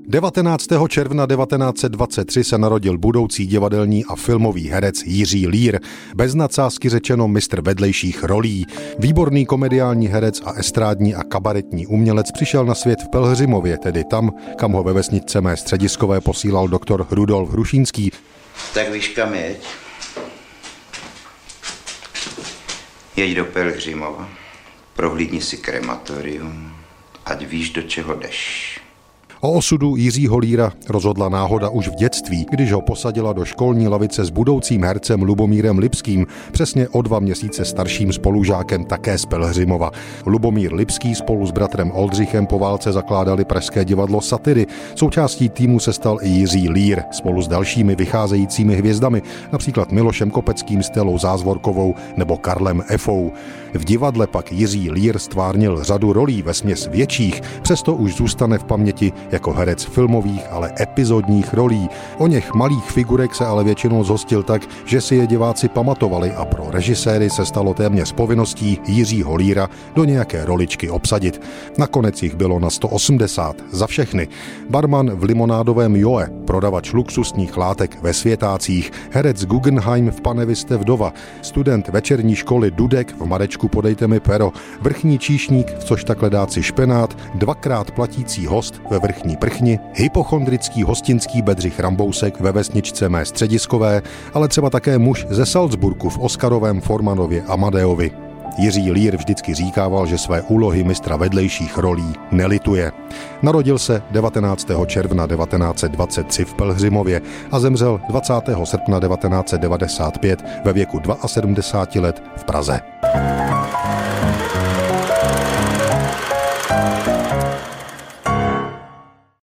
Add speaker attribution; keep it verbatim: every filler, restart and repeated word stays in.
Speaker 1: devatenáctého června devatenáct set dvacet tři se narodil budoucí divadelní a filmový herec Jiří Lír, bez nadsázky řečeno mistr vedlejších rolí. Výborný komediální herec a estrádní a kabaretní umělec přišel na svět v Pelhřimově, tedy tam, kam ho ve vesničce Mé Střediskové posílal doktor Rudolf Hrušínský.
Speaker 2: Tak víš, kam jeď? Jeď do Pelhřimova, prohlídni si krematorium, ať víš, do čeho jdeš.
Speaker 1: O osudu Jiřího Líra rozhodla náhoda už v dětství, když ho posadila do školní lavice s budoucím hercem Lubomírem Lipským, přesně o dva měsíce starším spolužákem také z Pelhřimova. Lubomír Lipský spolu s bratrem Oldřichem po válce zakládali pražské divadlo Satyry. Součástí týmu se stal i Jiří Lír spolu s dalšími vycházejícími hvězdami, například Milošem Kopeckým, Stelou Zázvorkovou nebo Karlem Efou. V divadle pak Jiří Lír stvárnil řadu rolí vesměs větších, přesto už zůstane v paměti jako herec filmových, ale epizodních rolí. O něch malých figurek se ale většinou zhostil tak, že si je diváci pamatovali a pro režiséry se stalo téměř povinností Jiřího Líra do nějaké roličky obsadit. Nakonec jich bylo na sto osmdesát za všechny. Barman v limonádovém Joe, prodavač luxusních látek ve Světácích, herec Guggenheim v Pane, vy jste vdova, student večerní školy Dudek v Marečku, podejte mi pero, vrchní číšník v Což tak ledáci špenát, dvakrát platící host ve Vrchní prchni, hypochondrický hostinský Bedřich Rambousek ve vesničce Mé Střediskové, ale třeba také muž ze Salzburgu v Oskarovém Formanově Amadeovi. Jiří Lír vždycky říkával, že své úlohy mistra vedlejších rolí nelituje. Narodil se devatenáctého června devatenáct set dvacet tři v Pelhřimově a zemřel dvacátého srpna devatenáct set devadesát pět ve věku sedmdesáti dvou let v Praze.